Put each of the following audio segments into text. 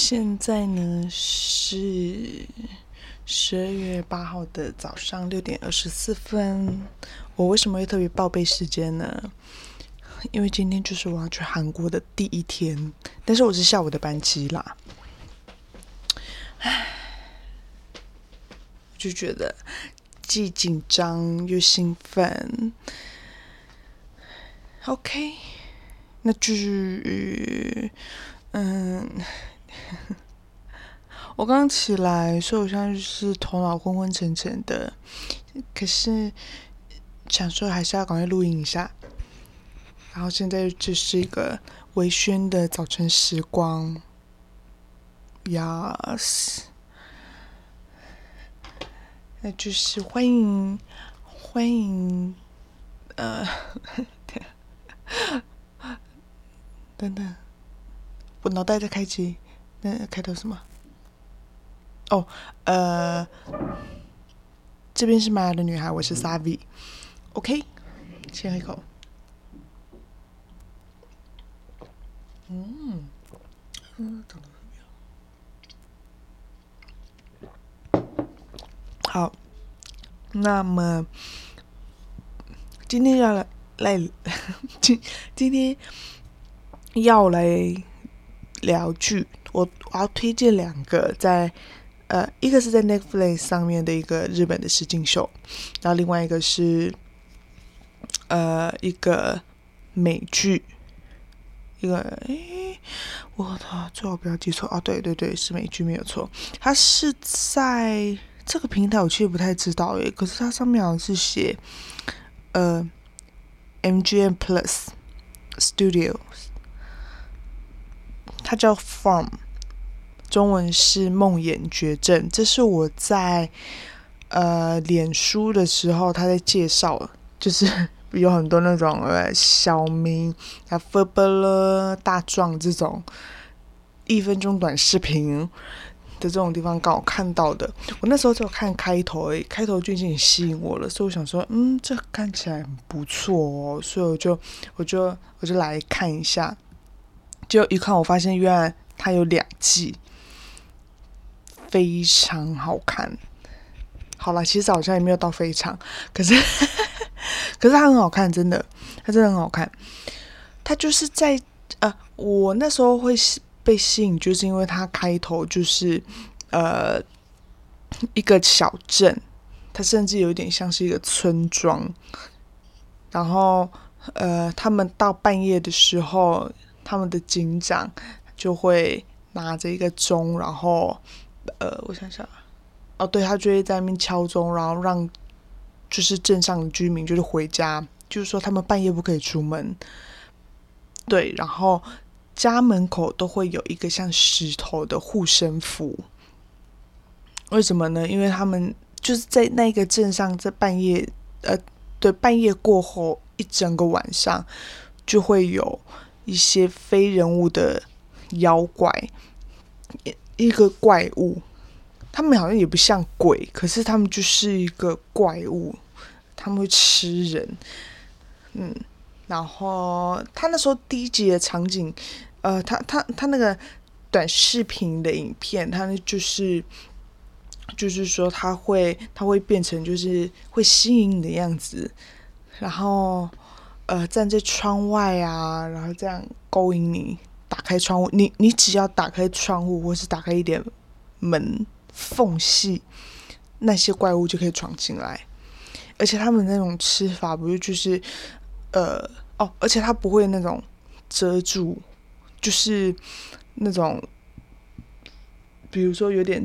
现在呢是12月8号的早上6点24分。我为什么会特别报备时间呢？因为今天就是我要去韩国的第一天，但是我是下午的班机啦。就觉得既紧张又兴奋。OK， 那就是我刚起来，所以我现在就是头脑昏昏沉沉的，可是想说还是要赶快录音一下。然后现在就是一个微醺的早晨时光 ，Yes， 那就是欢迎，等等，我脑袋在开机，那开头什么？这边是玛雅的女孩，我是 Savi。OK， 先喝一口。好，那么今天要来聊剧，我要推荐2个在一个是在 Netflix 上面的一个日本的实境秀，然后另外一个是一个美剧，我最好不要记错哦，对，是美剧没有错。它是在这个平台我其实不太知道可是它上面好像是写MGM Plus Studios， 它叫 Farm， 中文是梦魇绝症。这是我在脸书的时候他在介绍，就是有很多那种小明啊、伯伯了、大壮这种1分钟短视频的这种地方刚好看到的。我那时候只有看开头而已，开头就已经很吸引我了，所以我想说这看起来很不错哦，所以我就来看一下。结果一看我发现原来它有2季，非常好看。好啦，其实好像也没有到非常，可是它很好看，真的，它真的很好看。它就是在我那时候会被吸引，就是因为它开头就是一个小镇，它甚至有点像是一个村庄。然后他们到半夜的时候，他们的警长就会拿着一个钟，然后我想想。对，他就会在那边敲钟，然后让就是镇上的居民就是回家，就是说他们半夜不可以出门。对，然后家门口都会有一个像石头的护身符。为什么呢？因为他们就是在那个镇上，在半夜半夜过后一整个晚上，就会有一些非人物的妖怪，一个怪物。他们好像也不像鬼，可是他们就是一个怪物，他们会吃人。然后他那时候第1集的场景，他那个短视频的影片，他就是说他会变成就是会吸引你的样子，然后站在窗外啊，然后这样勾引你，打开窗户，你只要打开窗户或是打开一点门缝隙，那些怪物就可以闯进来。而且他们那种吃法不是就是而且他不会那种遮住，就是那种比如说有点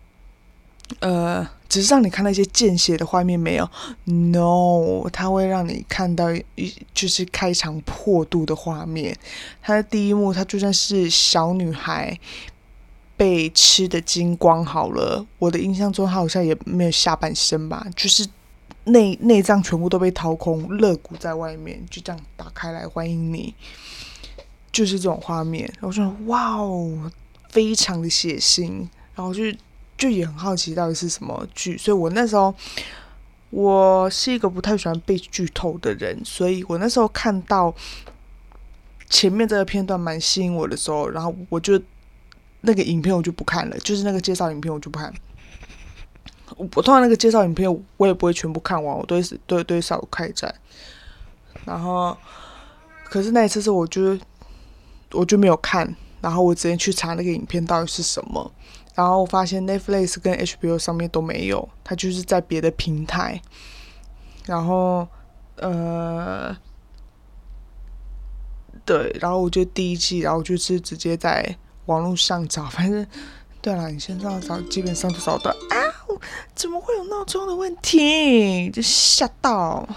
只是让你看到一些见血的画面，没有 ，no， 他会让你看到就是开肠破肚的画面。他的第一幕，他就算是小女孩被吃的精光好了，我的印象中他好像也没有下半身吧，就是内脏全部都被掏空，肋骨在外面，就这样打开来欢迎你，就是这种画面。我说哇哦，非常的血腥，然后就也很好奇到底是什么剧，所以我那时候我是一个不太喜欢被剧透的人，所以我那时候看到前面这个片段蛮吸引我的时候，然后我就那个影片我就不看了，就是那个介绍影片我就不看。我通常那个介绍影片我也不会全部看完，我都会稍微看一下。然后，可是那一次是我就没有看，然后我直接去查那个影片到底是什么，然后我发现 Netflix 跟 HBO 上面都没有，它就是在别的平台。然后对，然后我就第一季，然后就是直接在网络上找，反正对了，你线上找基本上都找到啊，怎么会有闹钟的问题？就吓到。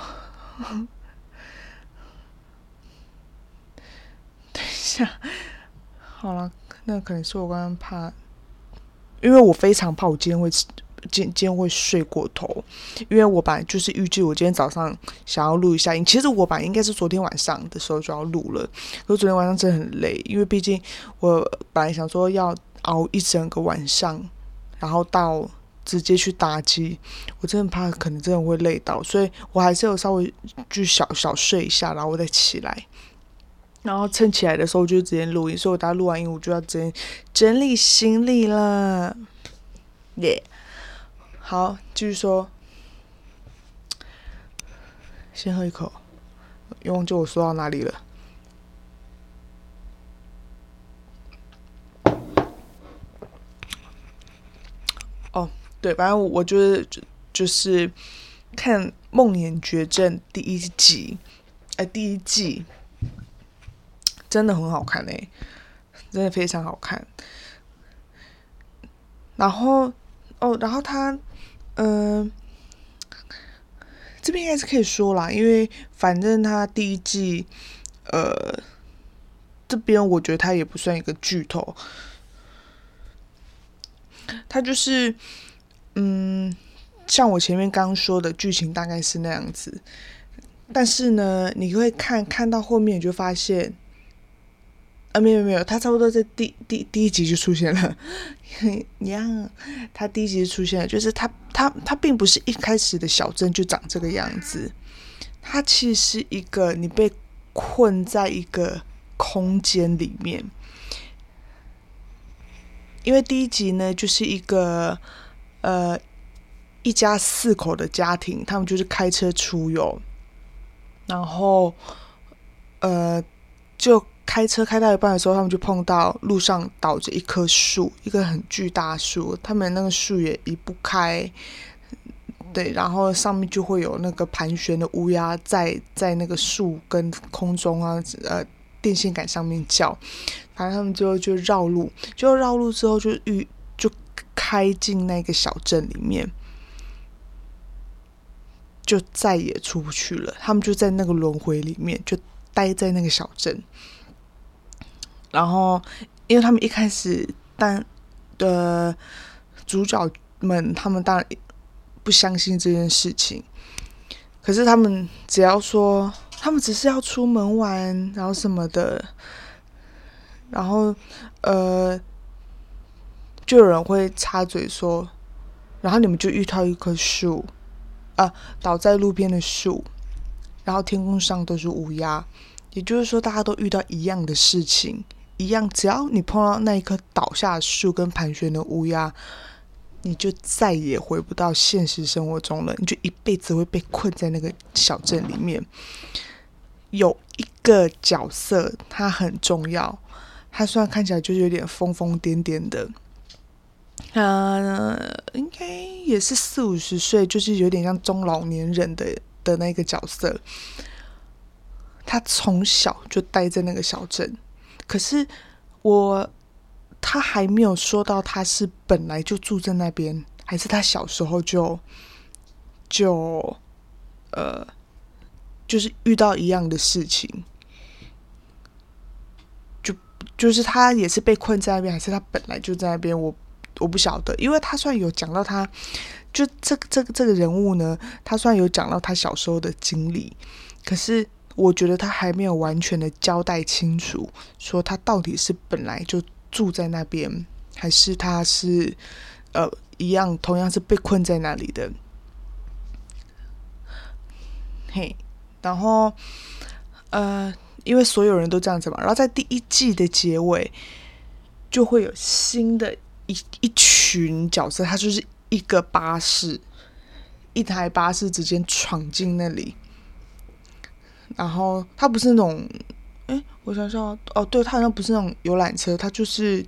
等一下，好了，那可能是我刚刚怕，因为我非常怕我今天会睡过头，因为我本来就是预计我今天早上想要录一下音，其实我本来应该是昨天晚上的时候就要录了，可是昨天晚上真的很累，因为毕竟我本来想说要熬一整个晚上，然后到直接去打机，我真的怕可能真的会累到，所以我还是有稍微就小睡一下，然后我再起来。然后趁起来的时候就直接录音，所以我等下录完音我就要直接整理行李了，耶、好，继续说。先喝一口，又忘记我说到哪里了。哦，对，反正我就是看《梦魇绝症》第一季，真的很好看真的非常好看。然后他，这边应该是可以说啦，因为反正他第一季，这边我觉得他也不算一个剧透，他就是，像我前面刚刚说的剧情大概是那样子，但是呢，你会看到后面，你就发现，没有，他差不多在第一集就出现了，呀，他第一集就出现了，就是他并不是一开始的小镇就长这个样子，他其实是一个你被困在一个空间里面，因为第一集呢就是一个一家4口的家庭，他们就是开车出游，然后就开车开到一半的时候，他们就碰到路上倒着一棵树，一个很巨大的树，他们那个树也移不开，对，然后上面就会有那个盘旋的乌鸦在那个树跟空中啊电线杆上面叫，反正他们最后就绕路之后就开进那个小镇里面，就再也出不去了。他们就在那个轮回里面，就待在那个小镇。然后，因为他们一开始主角们，他们当然不相信这件事情，可是他们只要说他们只是要出门玩，然后什么的，然后就有人会插嘴说，然后你们就遇到一棵树倒在路边的树，然后天空上都是乌鸦，也就是说大家都遇到一样的事情，一样，只要你碰到那一棵倒下的树跟盘旋的乌鸦，你就再也回不到现实生活中了，你就一辈子会被困在那个小镇里面。有一个角色他很重要，他虽然看起来就是有点疯疯癫癫的，应该也是40-50岁，就是有点像中老年人的那个角色。他从小就待在那个小镇，可是他还没有说到他是本来就住在那边，还是他小时候就是遇到一样的事情，就是他也是被困在那边，还是他本来就在那边，我不晓得，因为他虽然有讲到他，就这个人物呢，他虽然有讲到他小时候的经历，可是我觉得他还没有完全的交代清楚，说他到底是本来就住在那边，还是他是同样是被困在那里的。嘿，然后因为所有人都这样子嘛，然后在第一季的结尾， 就会有新的一群角色，他就是一台巴士直接闯进那里，然后他不是那种，我想想哦，对，他好像不是那种游览车，他就是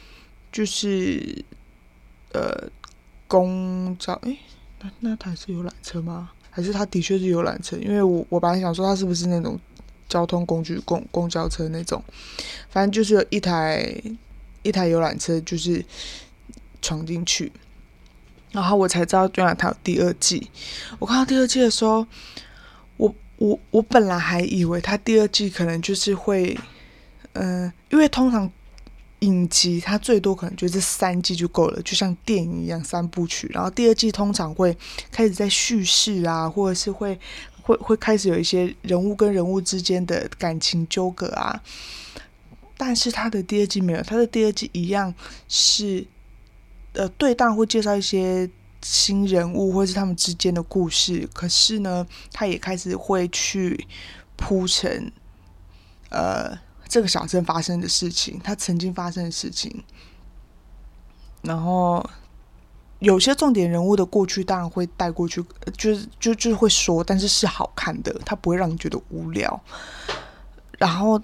公交，那台是游览车吗？还是他的确是游览车？因为我本来想说他是不是那种交通工具公交车那种，反正就是有一台游览车就是闯进去，然后我才知道原来他有第二季。我看到第二季的时候，我本来还以为他第二季可能就是会，因为通常影集它最多可能就是3季就够了，就像电影一样3部曲。然后第二季通常会开始在叙事啊，或者是会开始有一些人物跟人物之间的感情纠葛啊。但是他的第二季没有，他的第二季一样是，对，当然会介绍一些新人物或是他们之间的故事，可是呢，他也开始会去铺陈，这个小镇发生的事情，他曾经发生的事情，然后有些重点人物的过去当然会带过去，就是会说，但是是好看的，它不会让你觉得无聊。然后，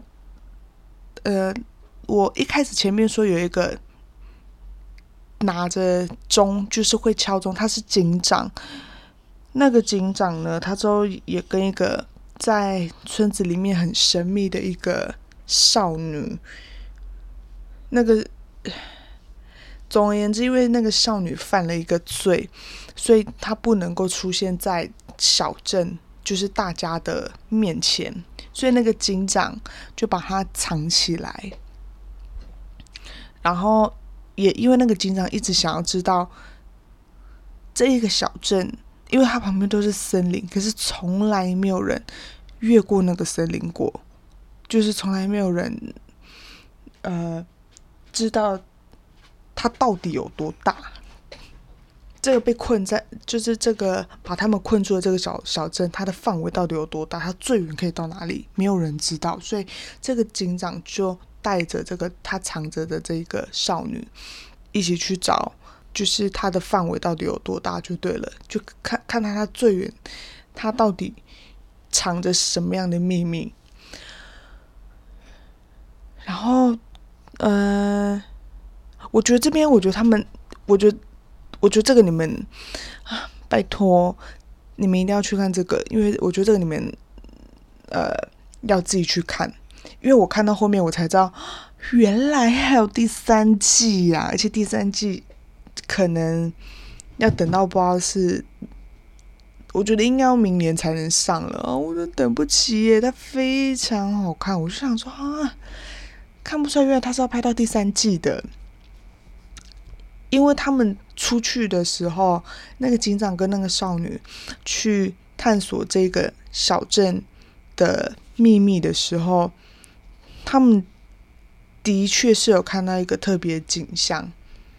我一开始前面说有一个拿着钟，就是会敲钟，他是警长。那个警长呢，他之后也跟一个在村子里面很神秘的一个少女，那个总而言之，因为那个少女犯了一个罪，所以她不能够出现在小镇，就是大家的面前，所以那个警长就把她藏起来。然后也因为那个警长一直想要知道这一个小镇，因为它旁边都是森林，可是从来没有人越过那个森林过，就是从来没有人知道它到底有多大。这个被困在，就是这个把他们困住的这个小镇，它的范围到底有多大？它最远可以到哪里？没有人知道。所以这个警长就带着这个他藏着的这个少女一起去找，就是它的范围到底有多大就对了。就看它最远，它到底藏着什么样的秘密。然后，我觉得这边，我觉得这个你们拜托你们一定要去看这个，因为我觉得这个你们要自己去看，因为我看到后面我才知道原来还有第3季啊，而且第3季可能要等到不知道是，我觉得应该要明年才能上了，我都等不及耶，它非常好看，我就想说看不出来原来它是要拍到第3季的。因为他们出去的时候，那个警长跟那个少女去探索这个小镇的秘密的时候，他们的确是有看到一个特别景象，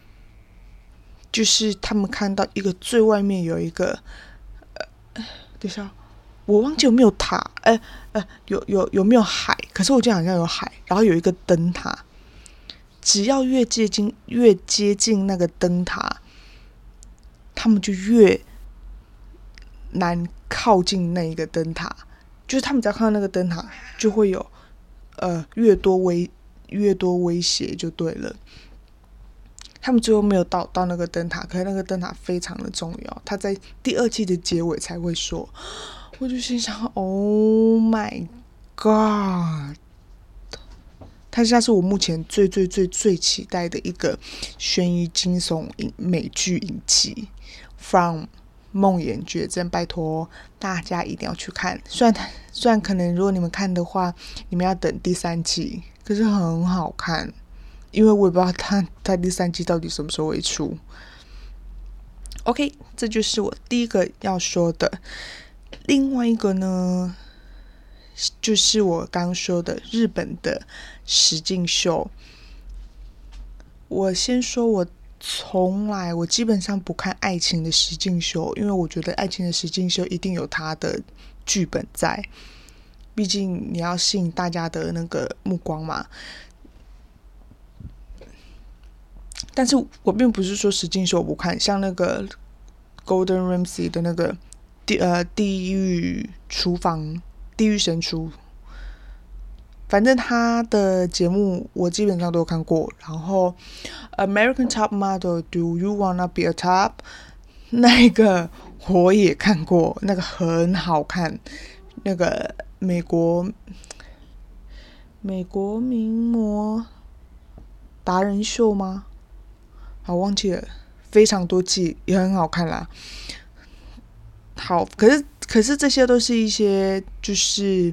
就是他们看到一个最外面有一个，等一下，我忘记有没有塔，有没有海？可是我记得好像有海，然后有一个灯塔。只要越接近那个灯塔，他们就越难靠近那一个灯塔。就是他们只要看到那个灯塔，就会有越多威胁就对了。他们最后没有到那个灯塔，可是那个灯塔非常的重要，他在第2季的结尾才会说。我就心想 ，Oh my God！它现在是我目前最期待的一个悬疑惊悚美剧影集 ，From 梦魇绝症，拜托大家一定要去看。虽然可能如果你们看的话，你们要等第3季，可是很好看，因为我也不知道它第3季到底什么时候会出。OK， 这就是我第一个要说的。另外一个呢，就是我刚刚说的日本的实境秀。我先说，我基本上不看爱情的实境秀，因为我觉得爱情的实境秀一定有它的剧本在，毕竟你要吸引大家的那个目光嘛。 但是我并不是说实境秀我不看，像那个 Golden Ramsay 的那个地狱厨房、地狱神厨，反正他的节目我基本上都有看过。然后 American Top Model Do You Wanna Be a Top 那个我也看过，那个很好看，那个美国名模达人秀吗？好，忘记了，非常多季，也很好看啦。好，可是这些都是一些就是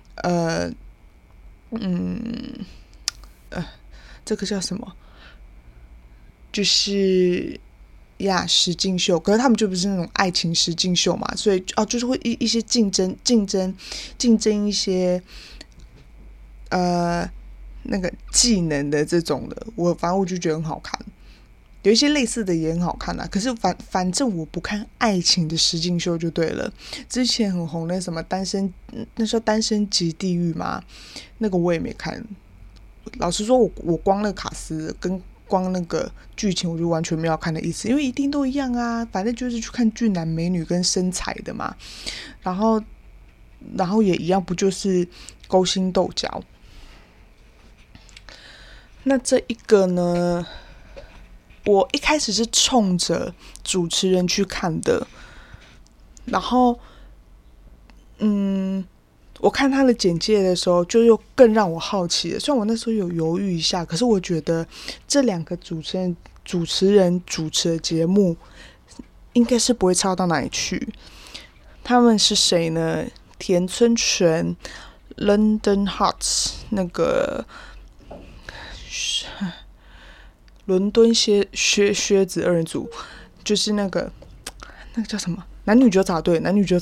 这个叫什么？就是实境秀，可是他们就不是那种爱情实境秀嘛，所以就是会一些竞争一些那个技能的这种的，反正我就觉得很好看。有一些类似的也很好看啦，可是反正我不看爱情的实境秀就对了。之前很红的什么那时候单身级地狱嘛，那个我也没看。老实说，我光那个卡斯跟光那个剧情，我就完全没有看的意思，因为一定都一样啊，反正就是去看俊男美女跟身材的嘛，然后也一样，不就是勾心斗角？那这一个呢？我一开始是冲着主持人去看的，然后，我看他的简介的时候，就又更让我好奇了。虽然我那时候有犹豫一下，可是我觉得这两个主持人主持的节目，应该是不会差到哪里去。他们是谁呢？田村纯、London Hearts 那个。伦敦靴子二人组，就是那个叫什么男女纠察队，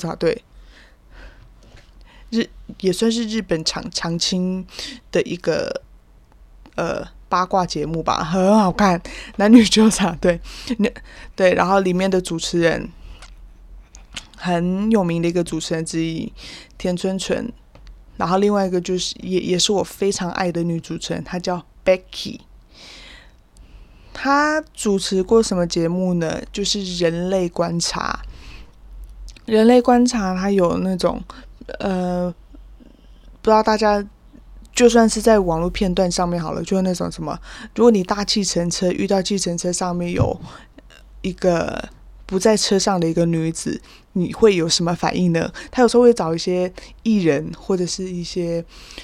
也算是日本常青的一个八卦节目吧，很好看，男女纠察队，对，然后里面的主持人很有名的一个主持人之一田村纯，然后另外一个就是也是我非常爱的女主持人，她叫 Becky。他主持过什么节目呢？就是人类观察。人类观察，他有那种不知道大家就算是在网络片段上面好了，就是那种什么，如果你搭计程车遇到计程车上面有一个不在车上的一个女子，你会有什么反应呢？他有时候会找一些艺人或者是一些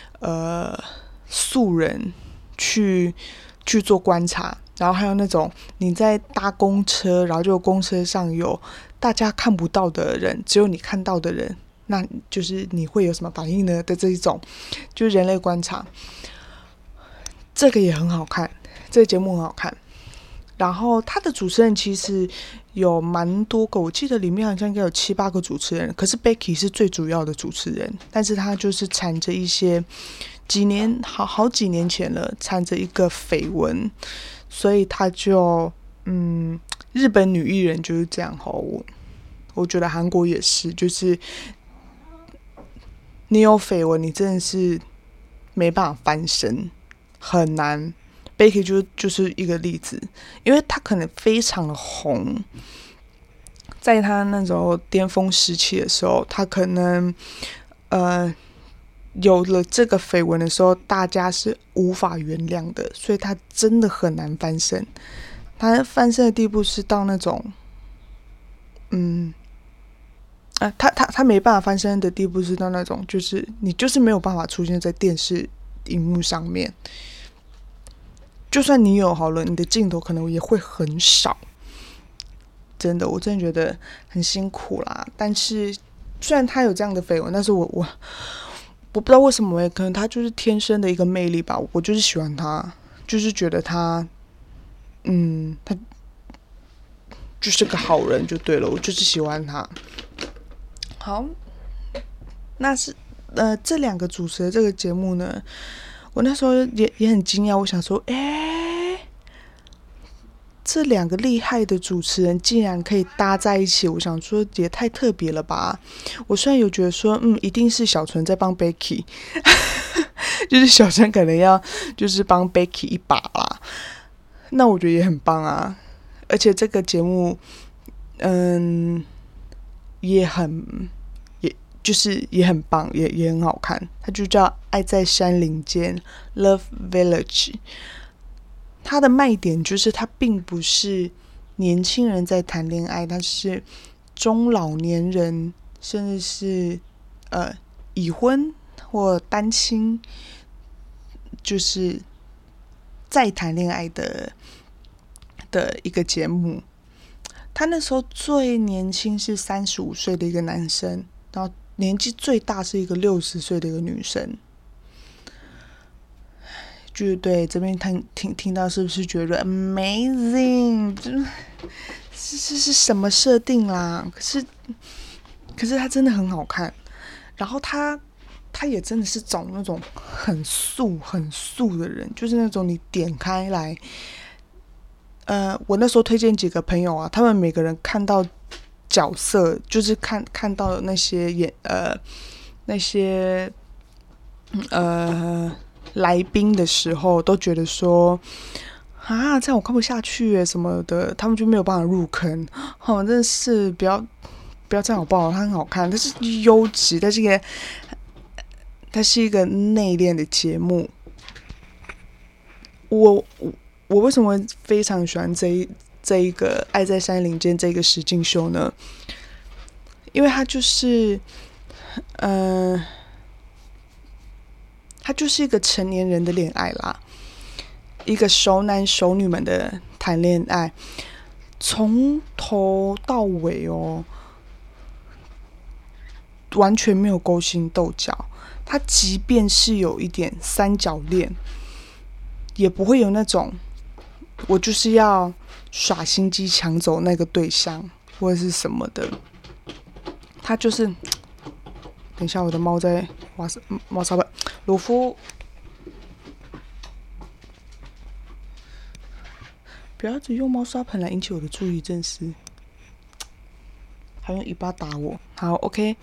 素人去做观察。然后还有那种你在搭公车，然后就公车上有大家看不到的人，只有你看到的人，那就是你会有什么反应呢的这一种，就是人类观察。这个也很好看，这个节目很好看。然后他的主持人其实有蛮多个，我记得里面好像应该有7-8个主持人，可是 Becky 是最主要的主持人，但是他就是缠着一些好几年前了，缠着一个绯闻，所以他就日本女艺人就是这样吼。我觉得韩国也是，就是你有绯闻，你真的是没办法翻身，很难。Becky 就是一个例子，因为他可能非常的红，在他那时候巅峰时期的时候，他可能有了这个绯闻的时候，大家是无法原谅的，所以他真的很难翻身。他翻身的地步是到那种，他没办法翻身的地步是到那种，就是你就是没有办法出现在电视荧幕上面。就算你有好了，你的镜头可能也会很少。真的，我真的觉得很辛苦啦。但是虽然他有这样的绯闻，但是我不知道为什么，可能他就是天生的一个魅力吧。我就是喜欢他，就是觉得他，他就是个好人就对了。我就是喜欢他。好，那是这两个主持的这个节目呢，我那时候也很惊讶，我想说，这两个厉害的主持人竟然可以搭在一起，我想说也太特别了吧。我虽然有觉得说一定是小纯在帮 Becky 就是小纯可能要就是帮 Becky 一把啦， 那我觉得也很棒啊。而且这个节目，也很，就是也很棒，也很好看。它就叫《爱在山林间》（Love Village）。它的卖点就是它并不是年轻人在谈恋爱，它是中老年人，甚至是已婚或单亲，就是在谈恋爱的一个节目。他那时候最年轻是35岁的一个男生，然后年纪最大是一个60岁的一个女生。就是对这边听到是不是觉得 amazing？ 是什么设定啦？可是它真的很好看，然后他也真的是找那种很素的人，就是那种你点开来，我那时候推荐几个朋友啊，他们每个人看到角色，就是看到那些来宾的时候，都觉得说啊，这样我看不下去耶什么的，他们就没有办法入坑。真的是不要这样好不好？它很好看，它是优质，它是一个内敛的节目。我为什么非常喜欢这一个《爱在山林间》这个实境秀呢？因为它就是，它就是一个成年人的恋爱啦，一个熟男熟女们的谈恋爱，从头到尾完全没有勾心斗角。它即便是有一点三角恋，也不会有那种我就是要耍心机抢走那个对象或者是什么的。他就是，等一下，我的猫在挖猫砂盆，鲁夫，不要只用猫砂盆来引起我的注意，真是，还用尾巴打我。好 ，OK，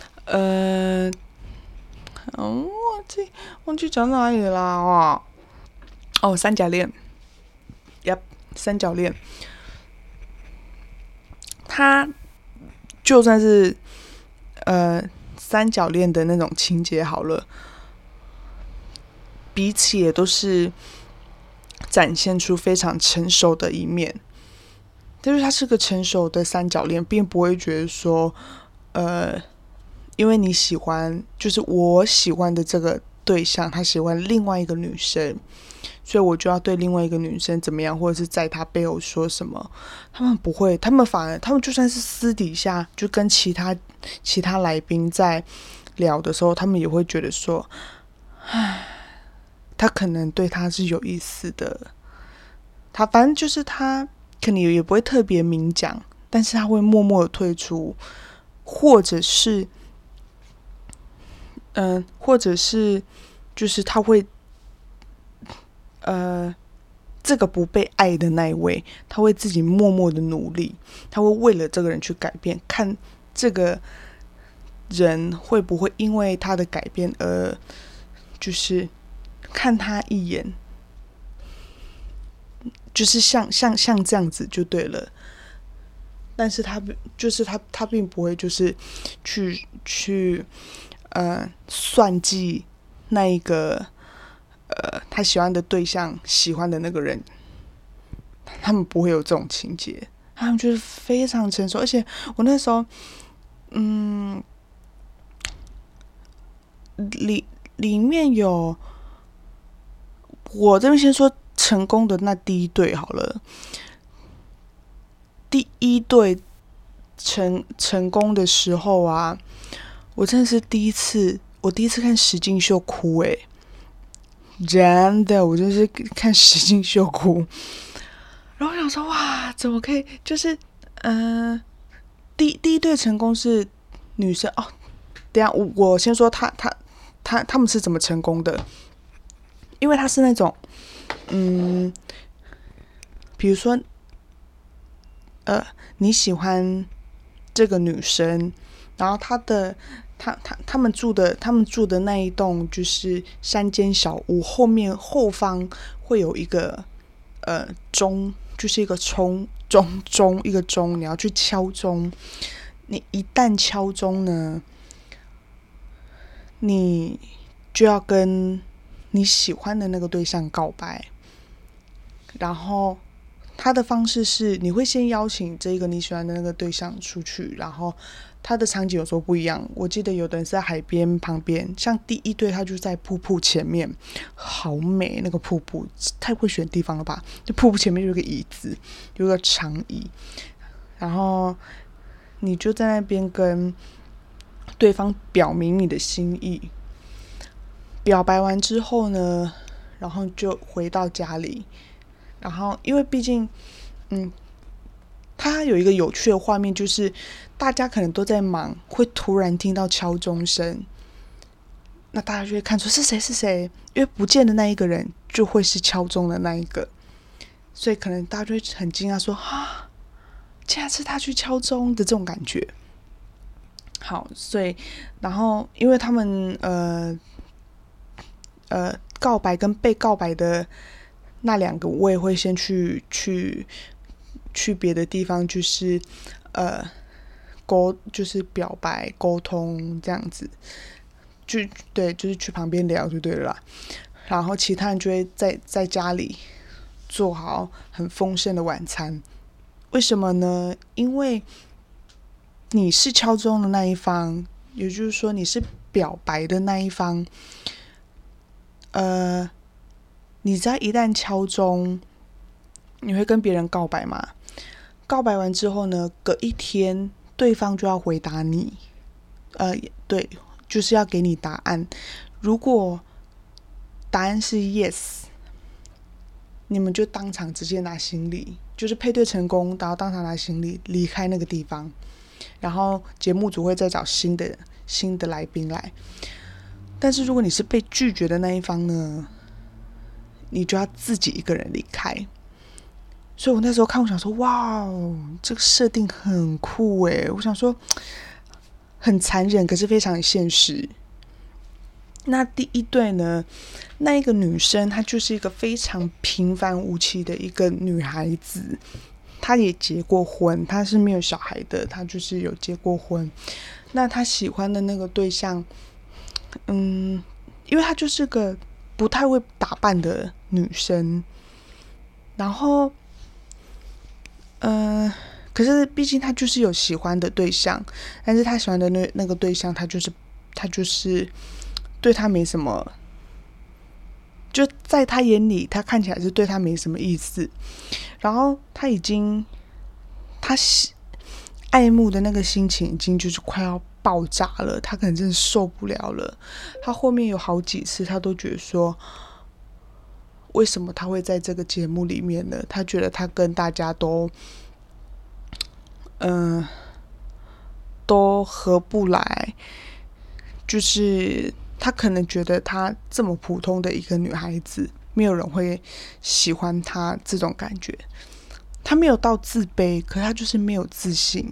忘记讲哪里啦三角恋 ，Yep， 三角恋，它就算是三角恋的那种情节好了，彼此也都是展现出非常成熟的一面。就是它是个成熟的三角恋，并不会觉得说，因为你喜欢，就是我喜欢的这个对象，他喜欢另外一个女生，所以我就要对另外一个女生怎么样，或者是在他背后说什么。他们不会，他们反而，他们就算是私底下就跟其他来宾在聊的时候，他们也会觉得说，他可能对他是有意思的。他反正就是他可能也不会特别明讲，但是他会默默的退出，或者是就是他会这个不被爱的那一位，他会自己默默的努力，他会为了这个人去改变，看这个人会不会因为他的改变而就是看他一眼，就是像这样子就对了。但是他并不会就是去算计那一个他喜欢的对象喜欢的那个人，他们不会有这种情节，他们就是非常成熟。而且我那时候里面有，我这边先说成功的那第一对好了。第一对成功的时候啊，我真的是第一次看实境秀哭真的，我就是看实境秀哭。然后我想说，哇，怎么可以？就是第一对成功是女生哦。等一下我先说他们是怎么成功的，因为他是那种比如说你喜欢这个女生，然后他们住的那一栋就是山间小屋，后方会有一个钟，就是一个钟，一个钟，你要去敲钟。你一旦敲钟呢，你就要跟你喜欢的那个对象告白。然后他的方式是，你会先邀请这个你喜欢的那个对象出去，然后他的场景有时候不一样。我记得有的人是在海边旁边，像第一对他就在瀑布前面，好美，那个瀑布太会选地方了吧？就瀑布前面有个椅子，有个长椅，然后你就在那边跟对方表明你的心意。表白完之后呢，然后就回到家里。然后因为毕竟它有一个有趣的画面，就是大家可能都在忙，会突然听到敲钟声，那大家就会看出是谁，因为不见的那一个人就会是敲钟的那一个，所以可能大家就会很惊讶说啊，竟然是他去敲钟的这种感觉。好，所以然后因为他们告白跟被告白的那两个，我也会先去别的地方，就是就是表白沟通这样子，对，就是去旁边聊就对了啦。然后其他人就会在家里做好很丰盛的晚餐。为什么呢？因为你是敲钟的那一方，也就是说你是表白的那一方。你在一旦敲钟，你会跟别人告白嘛？告白完之后呢，隔一天对方就要回答你，对，就是要给你答案。如果答案是 yes， 你们就当场直接拿行李，就是配对成功，然后当场拿行李离开那个地方。然后节目组会再找新的来宾来。但是如果你是被拒绝的那一方呢，你就要自己一个人离开。所以我那时候看，我想说，哇哦，这个设定很酷耶！我想说，很残忍，可是非常现实。那第一对呢，那一个女生她就是一个非常平凡无奇的一个女孩子，她也结过婚，她是没有小孩的，她就是有结过婚。那她喜欢的那个对象，因为她就是个不太会打扮的女生，然后可是毕竟她就是有喜欢的对象，但是她喜欢的那个对象，她就是对她没什么，就在她眼里，她看起来是对她没什么意思。然后她爱慕的那个心情已经就是快要爆炸了，她可能真的受不了了。她后面有好几次，她都觉得说，为什么她会在这个节目里面呢？她觉得她跟大家都合不来，就是她可能觉得她这么普通的一个女孩子，没有人会喜欢她这种感觉。她没有到自卑，可她就是没有自信。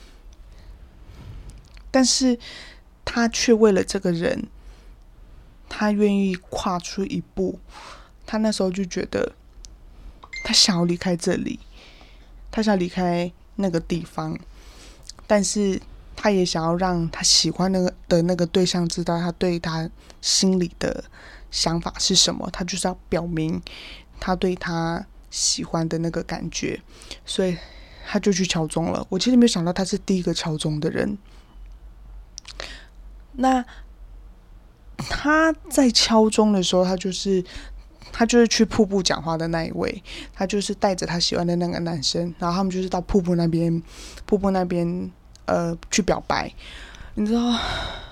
但是她却为了这个人，她愿意跨出一步。她那时候就觉得，她想要离开这里，她想离开那个地方，但是她也想要让她喜欢的那个对象知道她对她心里的想法是什么。她就是要表明她对她喜欢的那个感觉，所以她就去敲钟了。我其实没有想到她是第一个敲钟的人。那她在敲钟的时候，她就是去瀑布讲话的那一位，他就是带着他喜欢的那个男生，然后他们就是到瀑布那边去表白。你知道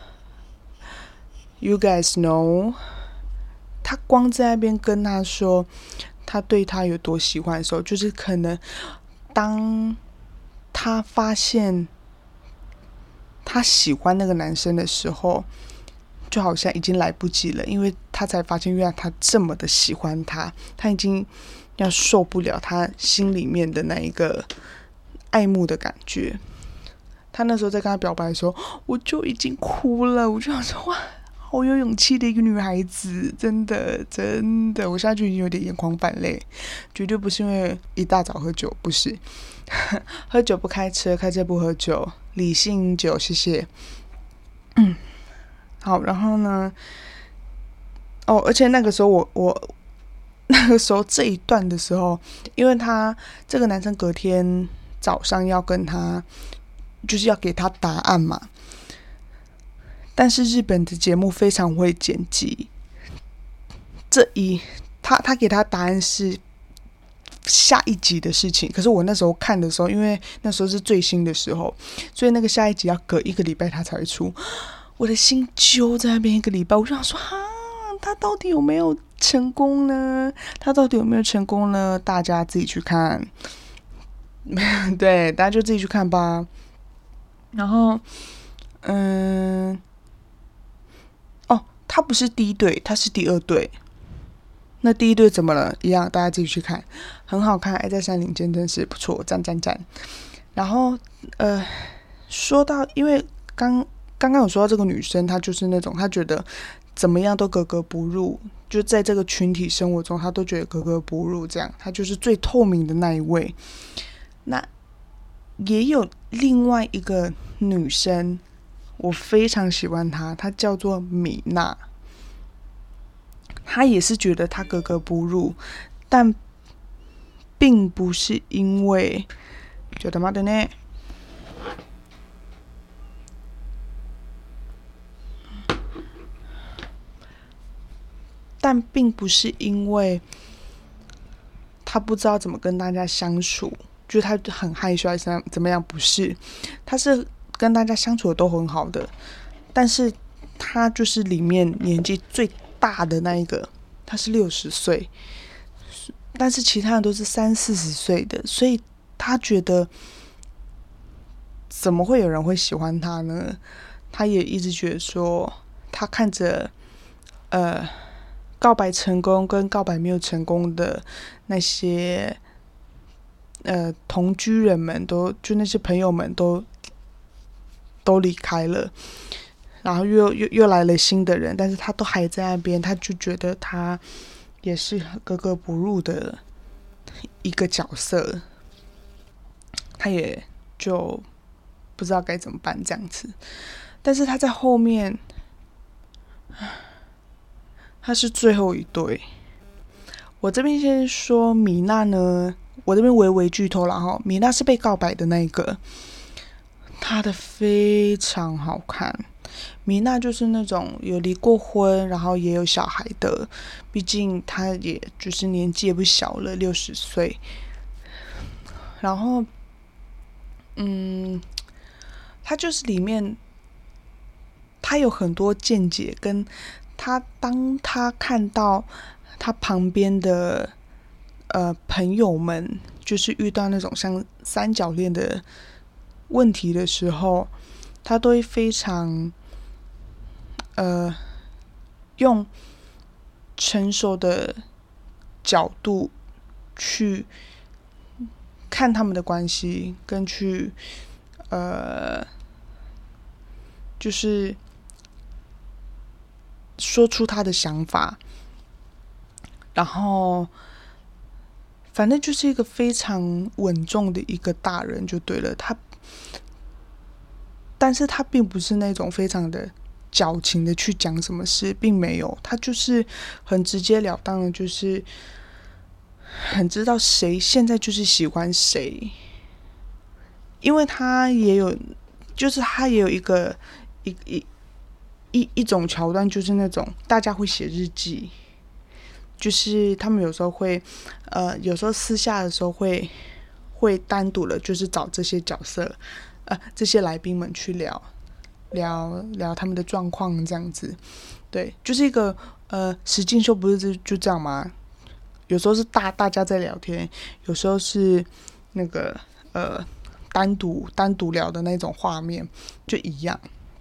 ，You guys know， 他光在那边跟他说他对他有多喜欢的时候，就是可能当他发现他喜欢那个男生的时候，就好像已经来不及了，因为他才发现原来他这么的喜欢他，他已经要受不了他心里面的那一个爱慕的感觉。他那时候在跟他表白的时候，我就已经哭了，我就想说哇， 好有勇气的一个女孩子，真的真的，我现在就已经有点眼眶泛泪，绝对不是因为一大早喝酒，不是，喝酒不开车，开车不喝酒，理性饮酒，谢谢。好，然后呢？而且那个时候我那个时候这一段的时候，因为这个男生隔天早上要跟他，就是要给他答案嘛。但是日本的节目非常会剪辑，他给他答案是下一集的事情，可是我那时候看的时候，因为那时候是最新的时候，所以那个下一集要隔1个礼拜他才会出。我的心揪在那边1个礼拜，我就想说，他到底有没有成功呢？大家自己去看，对，大家就自己去看吧。然后，他不是第一对，他是第2对。那第一对怎么了？一样，大家自己去看，很好看。爱在山林间真是不错，赞赞赞。然后说到，因为刚刚有说到这个女生，她就是那种她觉得怎么样都格格不入，就在这个群体生活中，她都觉得格格不入，这样她就是最透明的那一位。那也有另外一个女生，我非常喜欢她，她叫做米娜。她也是觉得她格格不入，但并不是因为ちょっと待ってね。但并不是因为他不知道怎么跟大家相处，就是他很害羞还是怎么样，不是，他是跟大家相处的都很好的，但是他就是里面年纪最大的那一个，他是60岁，但是其他人都是30-40岁的，所以他觉得怎么会有人会喜欢他呢？他也一直觉得说，他看着告白成功跟告白没有成功的那些同居人们就那些朋友们都离开了，然后又来了新的人，但是他都还在那边，他就觉得他也是格格不入的一个角色，他也就不知道该怎么办这样子。但是他在后面，他是最后一对。我这边先说米娜呢，我这边微微剧透了哈。米娜是被告白的那一个，她的非常好看。米娜就是那种有离过婚，然后也有小孩的，毕竟她也就是年纪也不小了，60岁。然后，她就是里面，她有很多见解跟。当他看到他旁边的朋友们就是遇到那种像三角恋的问题的时候，他都会非常用成熟的角度去看他们的关系，跟去就是说出他的想法，然后反正就是一个非常稳重的一个大人就对了。但是他并不是那种非常的矫情的去讲什么事，并没有，他就是很直截了当的，就是很知道谁现在就是喜欢谁，因为他也有一个一种桥段，就是那种大家会写日记，就是他们有时候会有时候私下的时候会单独的就是找这些角色这些来宾们去聊他们的状况这样子。对，就是一个实境秀不是就这样吗？有时候是大家在聊天，有时候是那个单独聊的那种画面，就一样。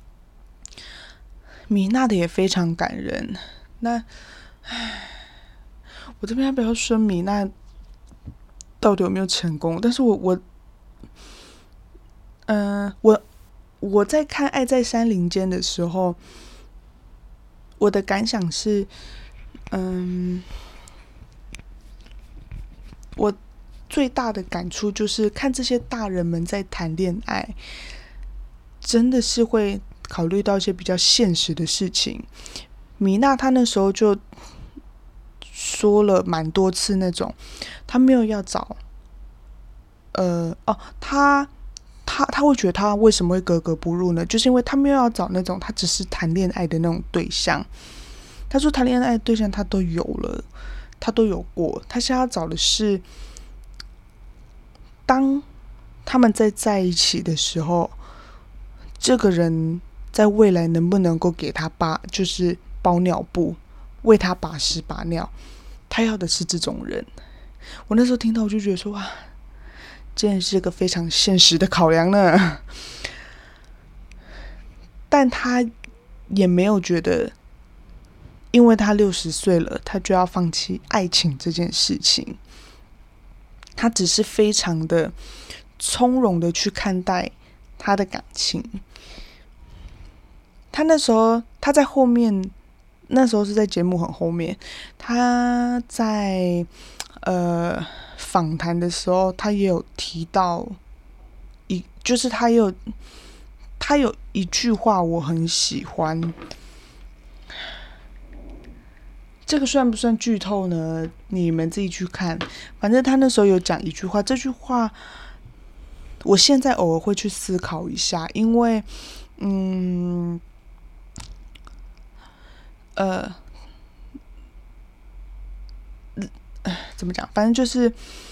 米娜的也非常感人。那我这边要不要说米娜到底有没有成功？但是我在看《爱在山林间》的时候， 我的感想是，我最大的感触就是看这些大人们在谈恋爱，真的是会考虑到一些比较现实的事情。米娜她那时候就说了蛮多次那种，她没有要找，她会觉得她为什么会格格不入呢？就是因为她没有要找那种她只是谈恋爱的那种对象。她说谈恋爱的对象她都有了，她都有过，她现在要找的是，当他们在一起的时候，这个人在未来能不能够给他就是包尿布，为他把屎把尿，他要的是这种人。我那时候听到我就觉得说，哇，真的是个非常现实的考量呢。但他也没有觉得，因为他60岁了，他就要放弃爱情这件事情。他只是非常的从容的去看待他的感情。他那时候他在后面，那时候是在节目很后面，他在访谈的时候，他也有提到就是他有一句话我很喜欢。这个算不算剧透呢？你们自己去看。反正他那时候有讲一句话，这句话我现在偶尔会去思考一下，因为怎么讲？反正就是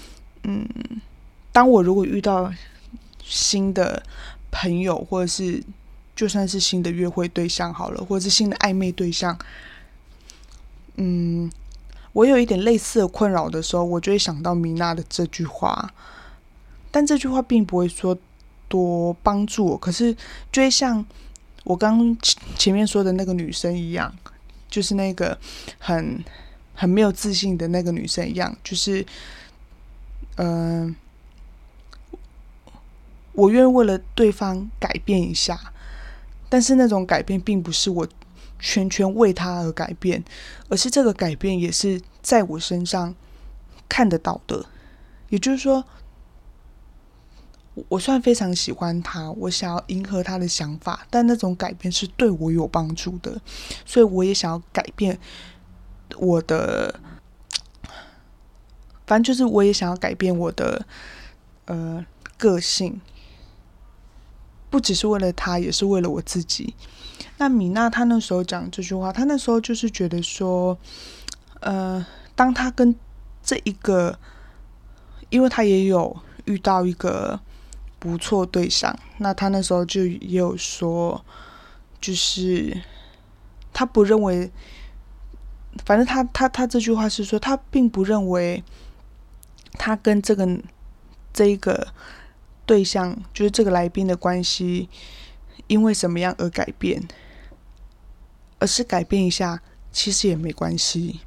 当我如果遇到新的朋友，或者是就算是新的约会对象好了，或者是新的暧昧对象，我有一点类似的困扰的时候，我就会想到米娜的这句话。但这句话并不会说多帮助我，可是就会像我刚前面说的那个女生一样，就是那个很没有自信的那个女生一样，就是我愿意为了对方改变一下，但是那种改变并不是我全为他而改变，而是这个改变也是在我身上看得到的。也就是说，我虽然非常喜欢他，我想要迎合他的想法，但那种改变是对我有帮助的，所以我也想要改变我的，反正就是我也想要改变我的个性，不只是为了他，也是为了我自己。那米娜她那时候讲这句话，她那时候就是觉得说，当她跟这一个，因为她也有遇到一个不错对象，那她那时候就也有说，就是她不认为，反正她这句话是说，她并不认为她跟这一个对象，就是这个来宾的关系，因为什么样而改变，而是改变一下，其实也没关系。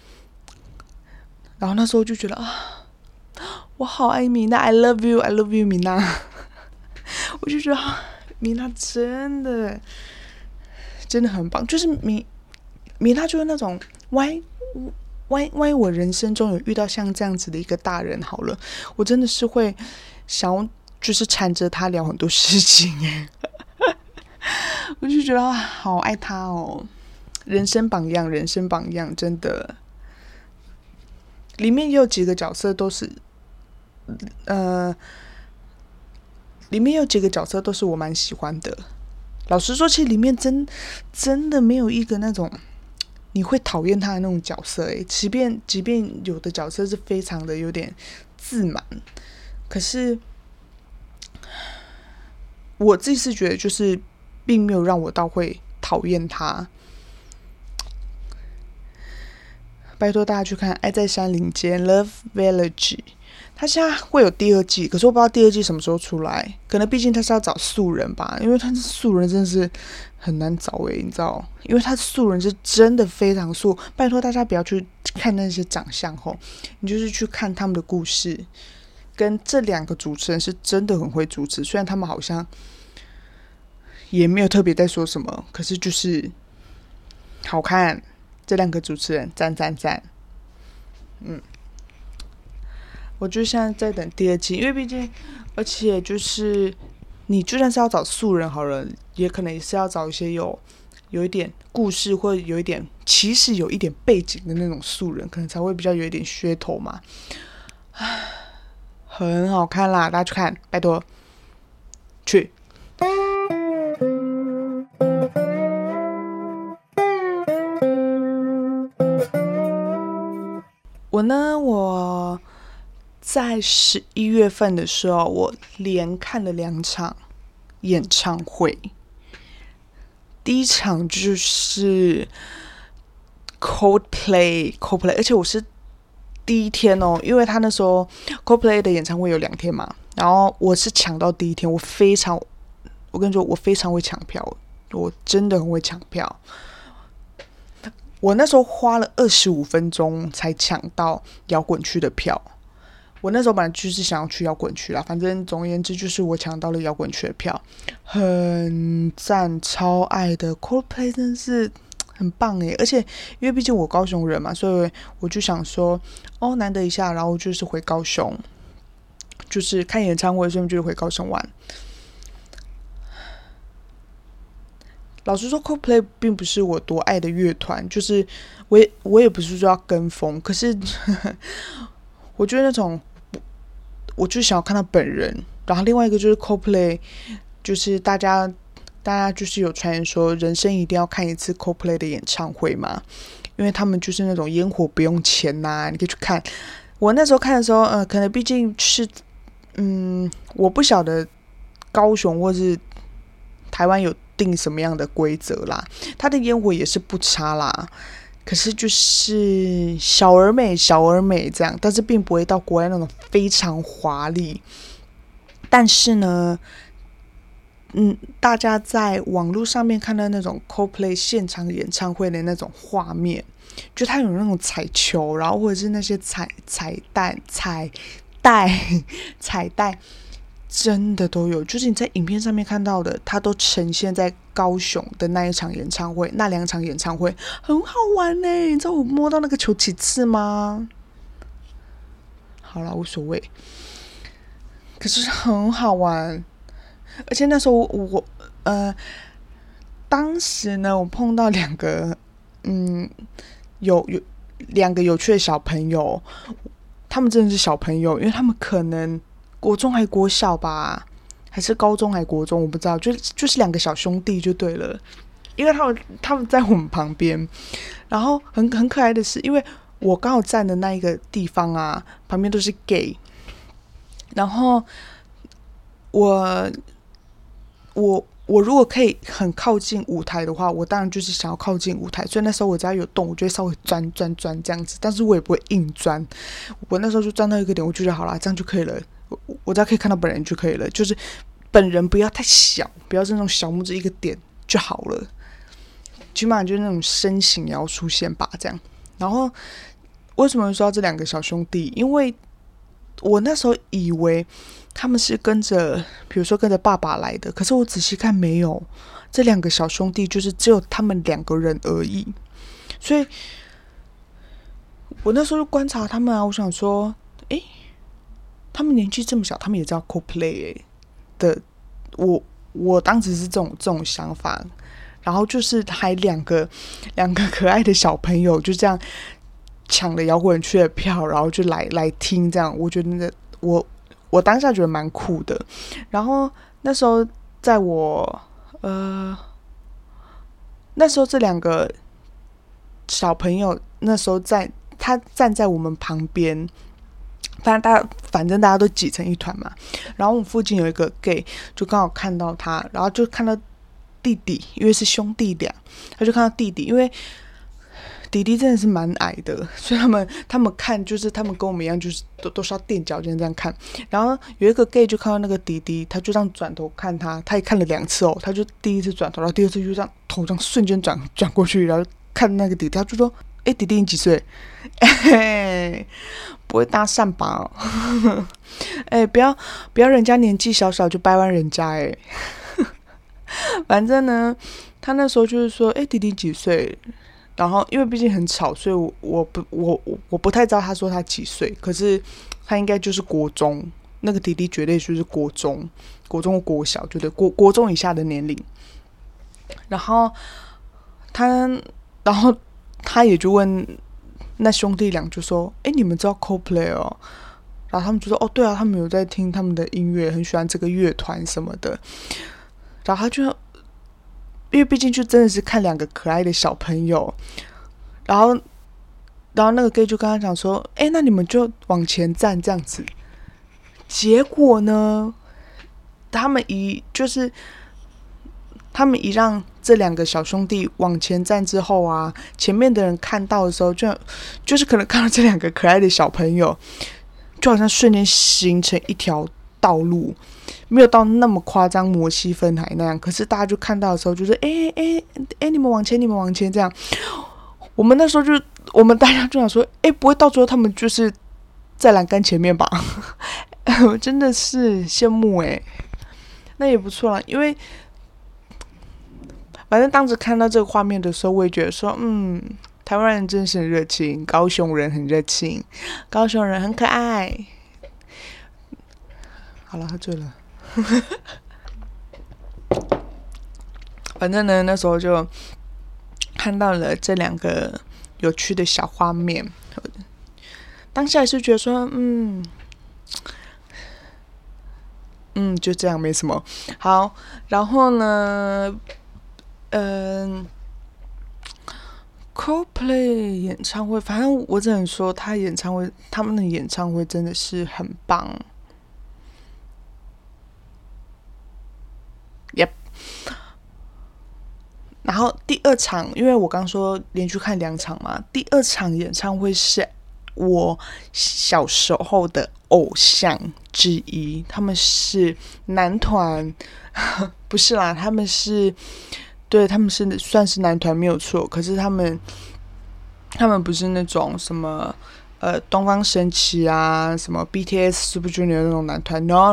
然后那时候就觉得我好爱米娜 ，I love you，I love you， 米娜。我就觉得米娜真的很棒，就是米娜就是那种万一我人生中有遇到像这样子的一个大人好了，我真的是会想要就是缠着他聊很多事情耶。我就觉得好爱他哦，人生榜样，真的。里面也有几个角色都是，里面有几个角色都是我蛮喜欢的。老实说，其实里面真的没有一个那种你会讨厌他的那种角色诶。即便有的角色是非常的有点自满，可是我自己是觉得就是并没有让我到会讨厌他。拜托大家去看《爱在山林间》（Love Village），他现在会有第2季，可是我不知道第2季什么时候出来。可能毕竟他是要找素人吧，因为他是素人真的是很难找你知道？因为他素人是真的非常素。拜托大家不要去看那些长相吼，你就是去看他们的故事。跟这2个主持人是真的很会主持，虽然他们好像也没有特别在说什么，可是就是好看，这两个主持人赞赞赞。我就现在在等第二季，因为毕竟，而且就是你就算是要找素人好了，也可能也是要找一些有一点故事或者其实有一点背景的那种素人，可能才会比较有一点噱头嘛。很好看啦，大家去看，拜托去。我在11月份的时候，我连看了2场演唱会。第一场就是 Coldplay， 而且我是第一天哦，因为他那时候 Coldplay 的演唱会有2天嘛，然后我是抢到第一天，我跟你说，我非常会抢票，我真的很会抢票。我那时候花了25分钟才抢到摇滚区的票。我那时候本来就是想要去摇滚区啦，反正总而言之就是我抢到了摇滚区的票，很赞，超爱的。Coldplay 真的是很棒耶，而且因为毕竟我高雄人嘛，所以我就想说，难得一下，然后就是回高雄，就是看演唱会，顺便就是回高雄玩。老实说 ，Coldplay 并不是我多爱的乐团，就是我也不是说要跟风，可是我觉得那种，我就想要看到本人。然后另外一个就是 Coldplay， 就是大家就是有传言说，人生一定要看一次 Coldplay 的演唱会嘛，因为他们就是那种烟火不用钱呐，你可以去看。我那时候看的时候，可能毕竟是，我不晓得高雄或是台湾有定什么样的规则啦，它的烟火也是不差啦，可是就是小而美这样，但是并不会到国外那种非常华丽。但是呢，大家在网络上面看到那种 Coldplay 现场演唱会的那种画面，就它有那种彩球，然后或者是那些彩带。真的都有，就是你在影片上面看到的，它都呈现在高雄的那一场演唱会，那2场演唱会很好玩呢。你知道我摸到那个球几次吗？好啦，无所谓，可是很好玩。而且那时候当时呢，我碰到2个，有2个有趣的小朋友，他们真的是小朋友，因为他们可能国中还国小吧，还是高中还国中，我不知道，就是2个小兄弟就对了。因为他们在我们旁边，然后很可爱的是，因为我刚好站的那一个地方啊，旁边都是 gay， 然后我如果可以很靠近舞台的话，我当然就是想要靠近舞台，所以那时候我只要有动，我就会稍微钻这样子，但是我也不会硬钻。我那时候就钻到一个点，我就觉得好啦，这样就可以了，我只要可以看到本人就可以了，就是本人不要太小，不要是那种小拇指一个点就好了，起码就是那种身形也要出现吧，这样。然后为什么会说到这2个小兄弟？因为我那时候以为他们是比如说跟着爸爸来的，可是我仔细看没有，这2个小兄弟就是只有他们2个人而已。所以我那时候就观察他们啊，我想说，他们年纪这么小，他们也知道 Coldplay 的，我当时是这种想法。然后就是还两个可爱的小朋友就这样抢了摇滚区的票，然后就来听这样，我觉得我当下觉得蛮酷的。然后那时候在那时候这2个小朋友那时候他站在我们旁边，反正大家都挤成一团嘛。然后我们附近有一个 gay， 就刚好看到他，然后就看到弟弟，因为是兄弟俩，他就看到弟弟，因为弟弟真的是蛮矮的，所以他们看就是他们跟我们一样，就是都是要垫脚尖这样看。然后有一个 gay 就看到那个弟弟，他就这样转头看他，他也看了2次哦，他就第一次转头，然后第二次就这样头这样瞬间转过去，然后看那个弟弟，他就说：“弟弟你几岁？”不会搭讪吧？不要人家年纪小小就掰弯人家反正呢，他那时候就是说：“弟弟几岁？” 然后因为毕竟很吵，所以我不太知道他说他几岁，可是他应该就是国中，那个弟弟绝对就是国中或国小，绝对国中以下的年龄。然后他也就问那兄弟俩，就说：“哎，你们知道 Coldplay 哦？”然后他们就说：“哦，对啊，他们有在听他们的音乐，很喜欢这个乐团什么的。”然后他就因为毕竟就真的是看两个可爱的小朋友，然后那个 gay 就跟他讲说：“哎，那你们就往前站这样子。”结果呢，他们一让这两个小兄弟往前站之后啊，前面的人看到的时候就是可能看到这两个可爱的小朋友，就好像瞬间形成一条道路，没有到那么夸张摩西分海那样，可是大家就看到的时候就是你们往前这样。我们那时候我们大家就想说，不会到最后他们就是在栏杆前面吧？我真的是羡慕那也不错啦，因为反正当时看到这个画面的时候，我也觉得说，台湾人真是很热情，高雄人很热情，高雄人很可爱。好了，喝醉了。反正呢，那时候就看到了这两个有趣的小画面，当下也是觉得说，就这样，没什么。好，然后呢，Coldplay 演唱会，反正我只能说他们的演唱会真的是很棒。Yep。然后第二场，因为我刚说连续看2场嘛，第二场演唱会是我小时候的偶像之一，他们是男团，不是啦，他们是算是男团没有错，可是他们不是那种什么东方神起啊，什么 BTS Super Junior 那种男团 ，no，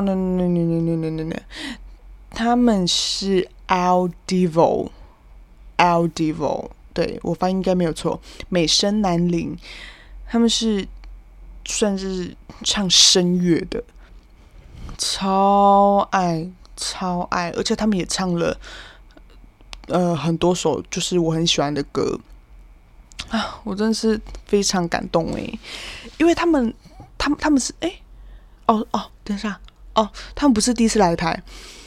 他们是 L Divo， 对，我发音应该没有错，美声男伶，他们是算是唱声乐的，超爱，而且他们也唱了很多首就是我很喜欢的歌啊，我真的是非常感动因为他们是等一下他们不是第一次来台，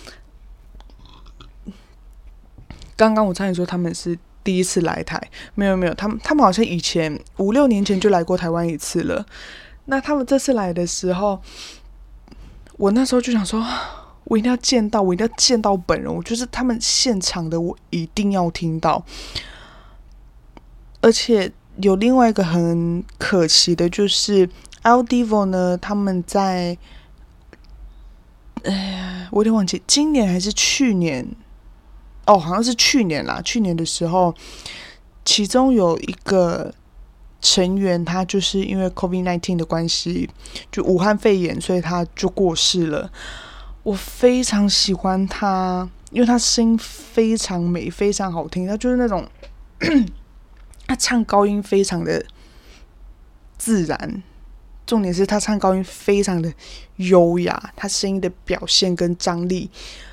刚刚我差点说他们是第一次来台，没有，他们好像以前5-6年前就来过台湾一次了。那他们这次来的时候，我那时候就想说，我一定要见到本人，我就是他们现场的，我一定要听到。而且有另外一个很可惜的，就是 L Divo 呢，他们在我有点忘记今年还是去年。好像是去年啦。去年的时候，其中有一个成员，他就是因为 COVID-19 的关系，就武汉肺炎，所以他就过世了。我非常喜欢他，因为他声音非常美，非常好听。他就是那种他唱高音非常的自然，重点是他唱高音非常的优雅，他声音的表现跟张力。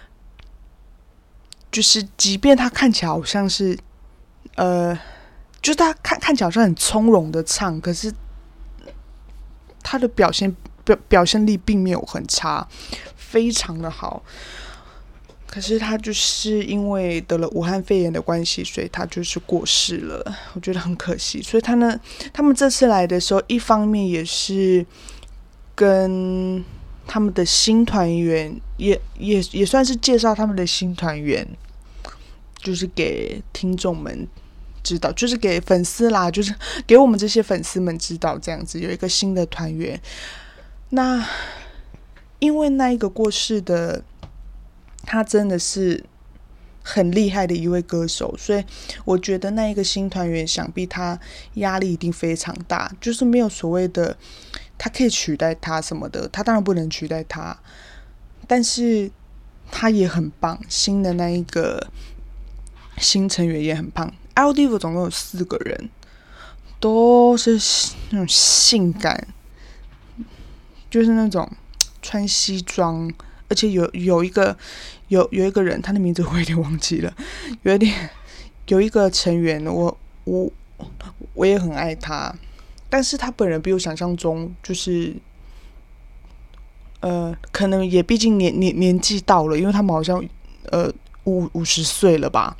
就是即便他看起来好像是就是他看起来好像很从容的唱，可是他的表现力并没有很差，非常的好。可是他就是因为得了武汉肺炎的关系，所以他就是过世了，我觉得很可惜。所以他们这次来的时候，一方面也是跟他们的新团员也算是介绍他们的新团员，就是给听众们知道，就是给粉丝啦，就是给我们这些粉丝们知道，这样子有一个新的团员。那因为那一个过世的，他真的是很厉害的一位歌手，所以我觉得那一个新团员想必他压力一定非常大，就是没有所谓的他可以取代他什么的，他当然不能取代他，但是他也很棒，新的那一个新成员也很棒， L.Divo 总共有4个人，都是那种性感，就是那种穿西装，而且有一个人，他的名字我有点忘记了，有一个成员，我也很爱他，但是他本人比我想象中就是可能也毕竟年纪到了，因为他们好像50岁了吧，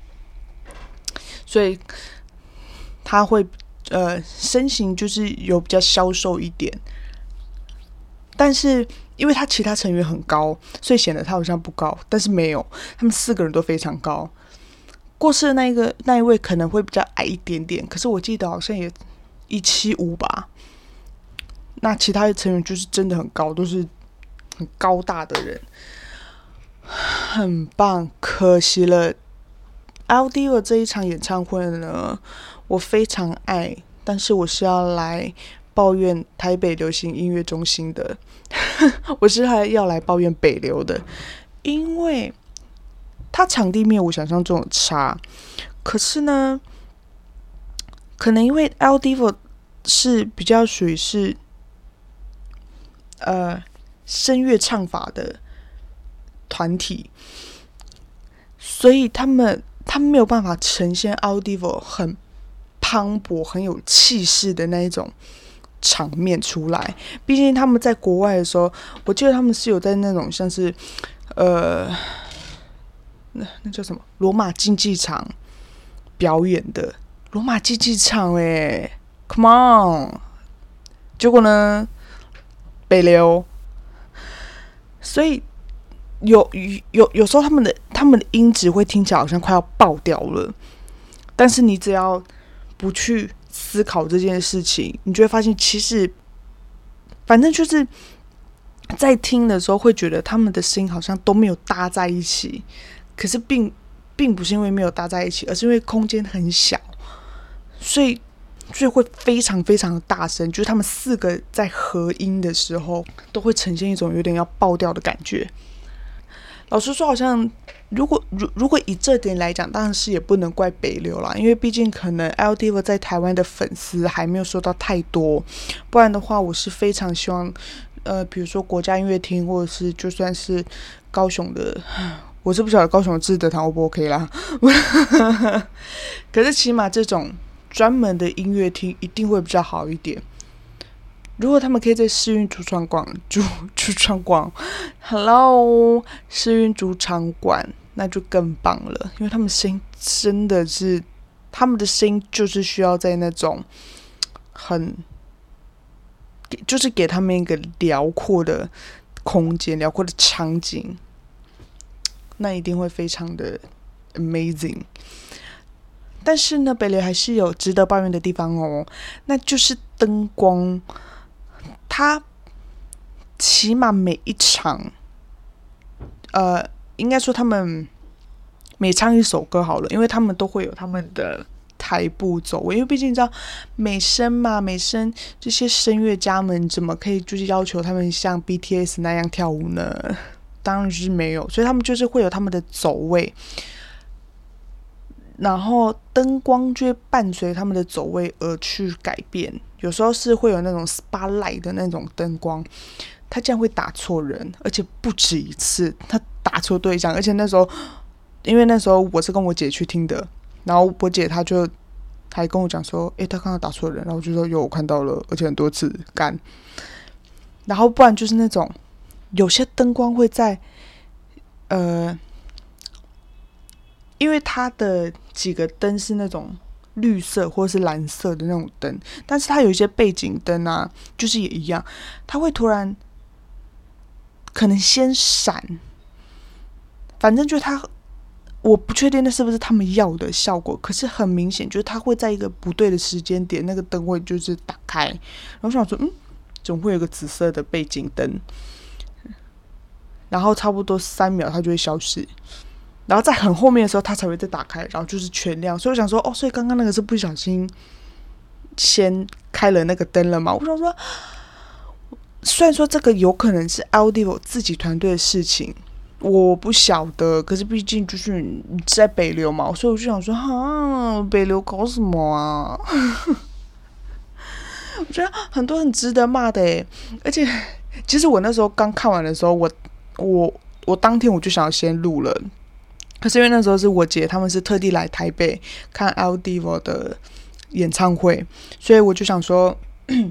所以他会身形就是有比较消瘦一点，但是因为他其他成员很高，所以显得他好像不高，但是没有，他们4个人都非常高。过世的那一位可能会比较矮一点点，可是我记得好像也175吧。那其他的成员就是真的很高，都是很高大的人，很棒。可惜了 L.Divo 这一场演唱会呢，我非常爱，但是我是要来抱怨台北流行音乐中心的我是要来抱怨北流的，因为它场地没有我想象中的差，可是呢，可能因为 L.Divo 是比较属于是声乐唱法的团体，所以他们没有办法呈现 L.Divo 很磅礴、很有气势的那一种场面出来。毕竟他们在国外的时候，我记得他们是有在那种像是那叫什么罗马竞技场表演的。罗马竞技场，Come on！ 结果呢，北流，所以有时候他们的音质会听起来好像快要爆掉了，但是你只要不去思考这件事情，你就会发现其实反正就是在听的时候会觉得他们的声音好像都没有搭在一起，可是并不是因为没有搭在一起，而是因为空间很小，所以会非常非常的大声，就是他们4个在合音的时候都会呈现一种有点要爆掉的感觉。老实说，好像如果以这点来讲，当然是也不能怪北流啦，因为毕竟可能 L.Divo 在台湾的粉丝还没有收到太多，不然的话，我是非常希望比如说国家音乐厅，或者是就算是高雄的，我是不晓得高雄的志德堂 O 不 OK 啦可是起码这种专门的音乐厅一定会比较好一点。如果他们可以在世运主场馆，Hello， 世运主场馆，那就更棒了，因为他们声音真的是，他们的声音就是需要在那种就是给他们一个辽阔的空间、辽阔的场景，那一定会非常的 amazing。但是呢，北流还是有值得抱怨的地方哦，那就是灯光。它起码每一场，应该说他们每唱一首歌好了，因为他们都会有他们的台步走位，因为毕竟你知道美声嘛，美声这些声乐家们怎么可以就是要求他们像 BTS 那样跳舞呢？当然是没有，所以他们就是会有他们的走位，然后灯光就会伴随他们的走位而去改变。有时候是会有那种 spotlight 的那种灯光，他这样会打错人，而且不止一次，他打错对象。而且因为那时候我是跟我姐去听的，然后我姐她就还跟我讲说，她刚刚打错人，然后我就说有，我看到了，而且很多次干。然后不然就是那种有些灯光会在因为它的几个灯是那种绿色或是蓝色的那种灯，但是它有一些背景灯啊，就是也一样，它会突然可能先闪，反正就它，我不确定那是不是他们要的效果，可是很明显就是它会在一个不对的时间点，那个灯会就是打开，然后我想说怎么会有一个紫色的背景灯，然后差不多3秒它就会消失，然后在很后面的时候它才会再打开，然后就是全亮。所以我想说所以刚刚那个是不小心先开了那个灯了嘛？我想说虽然说这个有可能是 L.Divo 自己团队的事情， 我不晓得，可是毕竟就是在北流嘛，所以我就想说，北流搞什么啊？我觉得很多很值得骂的耶，而且其实我那时候刚看完的时候，我当天我就想要先录了，可是因为那时候是我姐他们是特地来台北看 El Divo 的演唱会，所以我就想说，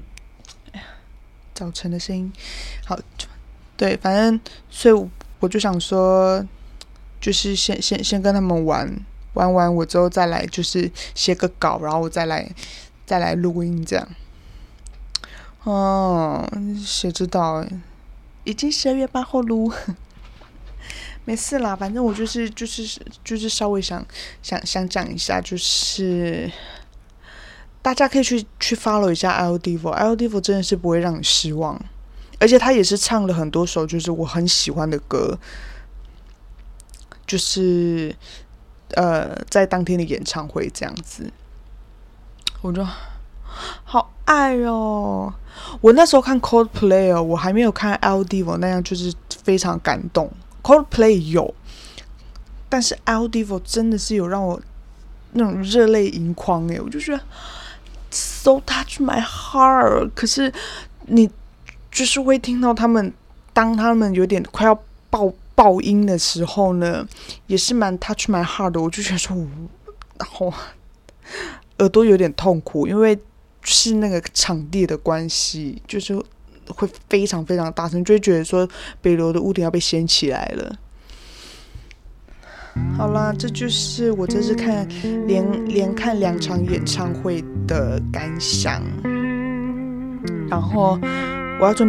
早晨的声音，好，对，反正所以我就想说，就是先跟他们玩完，我之后再来就是写个稿，然后我再来录音这样。谁知道已经12月8号录，没事啦，反正我就是稍微想讲一下，就是大家可以去 follow 一下 El Divo，El Divo 真的是不会让你失望，而且他也是唱了很多首就是我很喜欢的歌，就是在当天的演唱会这样子，我就好爱哦。我那时候看 Coldplay 我还没有看 El Divo 那样就是非常感动， Coldplay 有，但是 El Divo 真的是有让我那种热泪盈眶我就觉得 so touch my heart。 可是你就是会听到他们当他们有点快要爆音的时候呢，也是蛮 touch my heart 的，我就觉得说然后耳朵有点痛苦，因为是那个场地的关系，就是会非常非常大声，就会觉得说北流的屋顶要被掀起来了。好啦，这就是我这次连看2场演唱会的感想。然后我要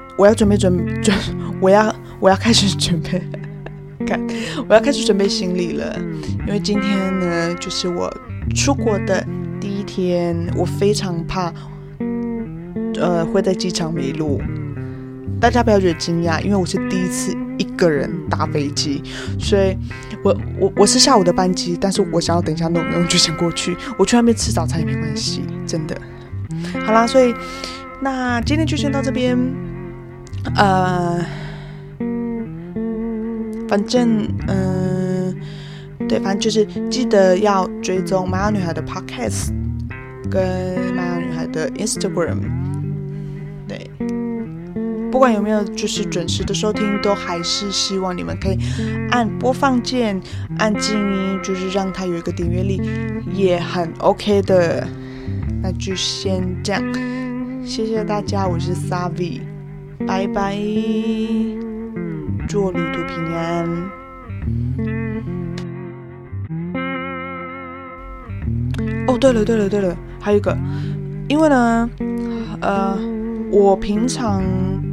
开始准备我要开始准备行李了，因为今天呢就是我出国的第一天，我非常怕会在机场迷路，大家不要觉得惊讶，因为我是第一次一个人搭飞机，所以我是下午的班机，但是我想要等一下弄就先过去，我去那边吃早餐也没关系，真的。好啦，所以那今天就先到这边，反正对，反正就是记得要追踪玛雅女孩的 podcast 跟玛雅女孩的 Instagram， 对，不管有没有就是准时的收听，都还是希望你们可以按播放键按静音，就是让它有一个点阅率也很 OK 的。那就先这样，谢谢大家，我是 Savi， 拜拜，祝我旅途平安。对了，还有一个，因为呢，我平常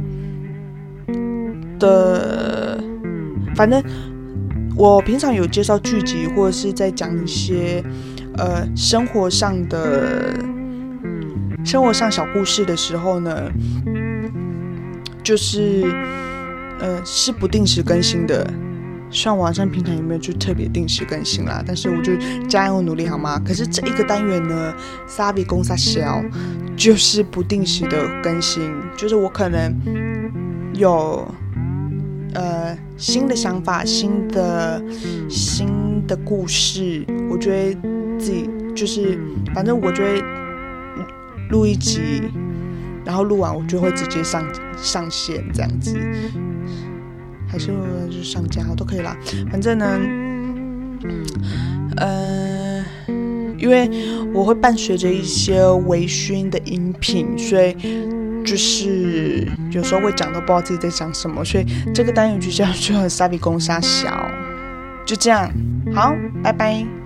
的，反正我平常有介绍剧集，或者是在讲一些生活上小故事的时候呢，就是是不定时更新的。虽然网上平台有没有就特别定时更新啦，但是我就加油努力好吗？可是这一个单元呢，Savi公司小就是不定时的更新，就是我可能有新的想法、新的故事，我就会自己就是反正我就会录一集，然后录完我就会直接上线这样子。还是就上架都可以啦，反正呢，因为我会伴随着一些微醺的饮品，所以就是有时候会讲都不知道自己在讲什么，所以这个单元就叫做 Savi 公杀小，就这样，好，拜拜。